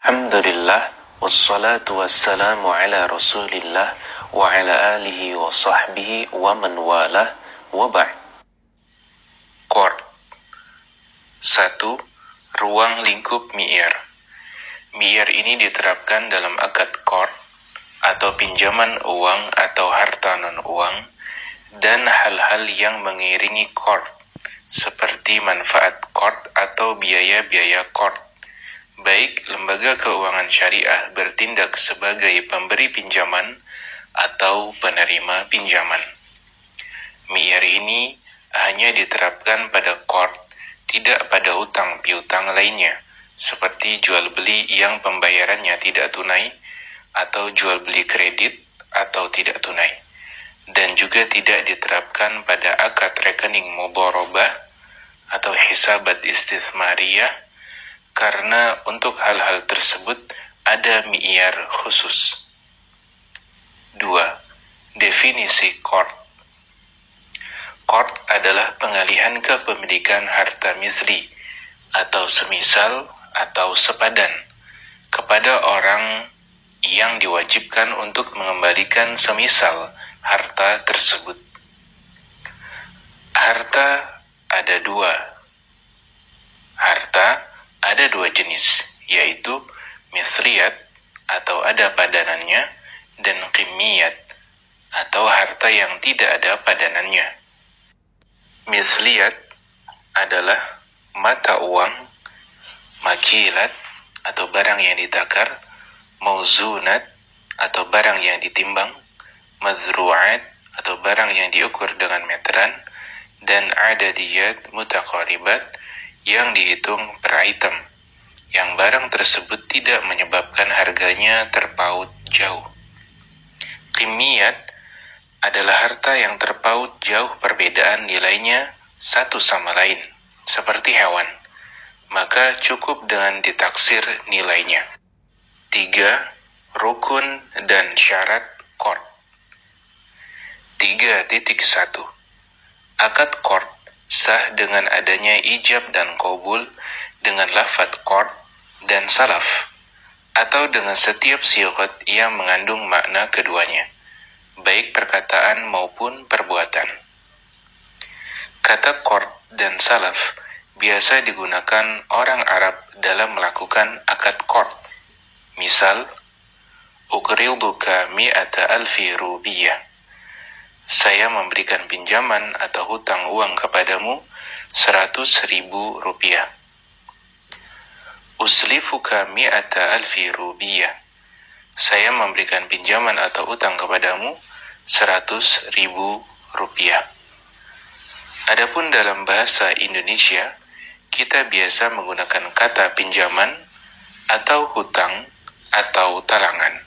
Alhamdulillah, wassalatu wassalamu ala rasulillah, wa ala alihi wa sahbihi wa man walah, wa ba'd. Chord 1. Ruang lingkup mi'yar. Mi'yar ini diterapkan dalam akad chord atau pinjaman uang atau harta non-uang dan hal-hal yang mengiringi chord seperti manfaat chord atau biaya-biaya chord. Baik lembaga keuangan syariah bertindak sebagai pemberi pinjaman atau penerima pinjaman. Mi'yar ini hanya diterapkan pada chord, tidak pada utang piutang lainnya, seperti jual beli yang pembayarannya tidak tunai, atau jual beli kredit atau tidak tunai. Dan juga tidak diterapkan pada akad rekening mudharabah atau hisabat istitsmariyah, karena untuk hal-hal tersebut ada mi'yar khusus. 2. Definisi chord. Chord adalah pengalihan kepemilikan harta misli atau semisal atau sepadan kepada orang yang diwajibkan untuk mengembalikan semisal harta tersebut. Harta ada dua jenis, yaitu misliyat atau ada padanannya dan qimiyat atau harta yang tidak ada padanannya. Misliyat adalah mata uang, makilat atau barang yang ditakar, mauzunat atau barang yang ditimbang, mazru'at atau barang yang diukur dengan meteran, dan adadiyat mutaqaribat yang dihitung per item, yang barang tersebut tidak menyebabkan harganya terpaut jauh. Qimiyat adalah harta yang terpaut jauh perbedaan nilainya satu sama lain, seperti hewan, maka cukup dengan ditaksir nilainya. 3. Rukun dan syarat chord. 3.1. Akad chord sah dengan adanya ijab dan qabul dengan lafadz chord dan salaf, atau dengan setiap sighat yang mengandung makna keduanya, baik perkataan maupun perbuatan. Kata chord dan salaf biasa digunakan orang Arab dalam melakukan akad chord. Misal, uqriduka mi'ata alfi rubiyah. Saya memberikan pinjaman atau hutang uang kepadamu 100.000 rupiah. Uslifuka mi'ata alfi rubiyah. Saya memberikan pinjaman atau hutang kepadamu 100.000 rupiah. Adapun dalam bahasa Indonesia, kita biasa menggunakan kata pinjaman atau hutang atau talangan.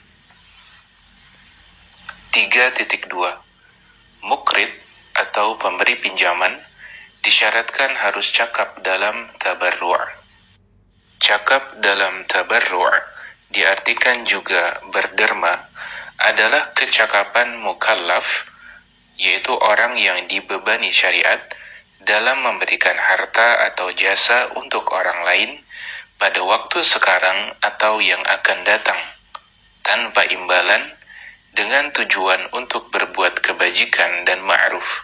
3.2. Muqrid atau pemberi pinjaman disyaratkan harus cakap dalam tabarru'. Cakap dalam tabarru' diartikan juga berderma adalah kecakapan mukallaf, yaitu orang yang dibebani syariat dalam memberikan harta atau jasa untuk orang lain pada waktu sekarang atau yang akan datang, tanpa imbalan, dengan tujuan untuk berbuat kebajikan dan ma'ruf.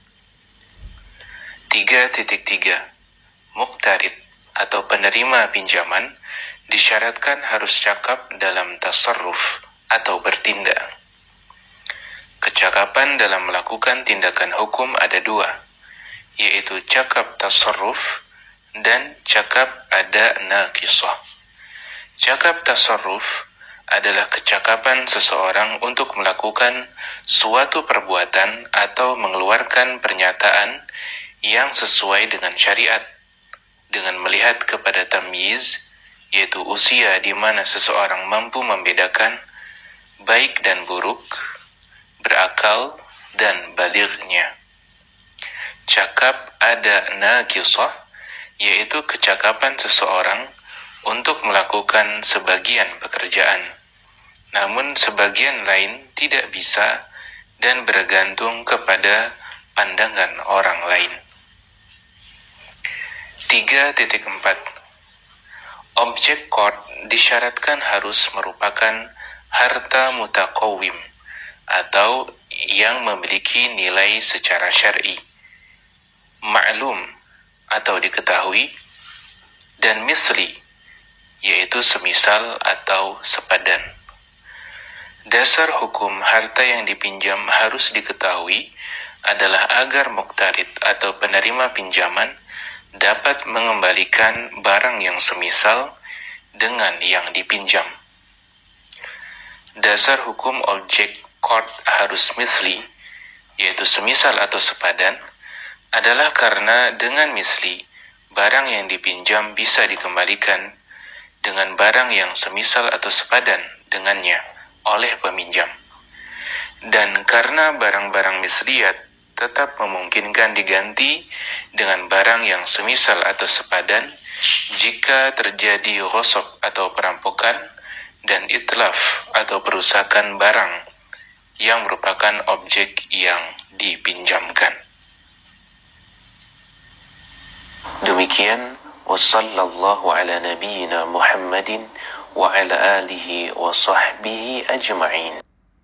3.3. Muqtarid atau penerima pinjaman disyaratkan harus cakap dalam tasarruf atau bertindak. Kecakapan dalam melakukan tindakan hukum ada dua, yaitu cakap tasarruf dan cakap ada naqisah. Cakap tasarruf adalah kecakapan seseorang untuk melakukan suatu perbuatan atau mengeluarkan pernyataan yang sesuai dengan syariat, dengan melihat kepada tamyiz, yaitu usia di mana seseorang mampu membedakan baik dan buruk, berakal dan balighnya. Cakap ada naqisah, yaitu kecakapan seseorang untuk melakukan sebagian pekerjaan, namun sebagian lain tidak bisa dan bergantung kepada pandangan orang lain. 3.4. Objek qard disyaratkan harus merupakan harta mutaqawwim atau yang memiliki nilai secara syar'i, ma'lum atau diketahui, dan misli, yaitu semisal atau sepadan. Dasar hukum harta yang dipinjam harus diketahui adalah agar muqtarid atau penerima pinjaman dapat mengembalikan barang yang semisal dengan yang dipinjam. Dasar hukum objek qard harus misli, yaitu semisal atau sepadan, adalah karena dengan misli, barang yang dipinjam bisa dikembalikan dengan barang yang semisal atau sepadan dengannya oleh peminjam. Dan karena barang-barang misliyat tetap memungkinkan diganti dengan barang yang semisal atau sepadan jika terjadi ghasab atau perampokan dan itlaf atau perusakan barang yang merupakan objek yang dipinjamkan. Demikian, wassallallahu ala nabiyyina Muhammadin wa ala alihi wa sahbihi ajma'in.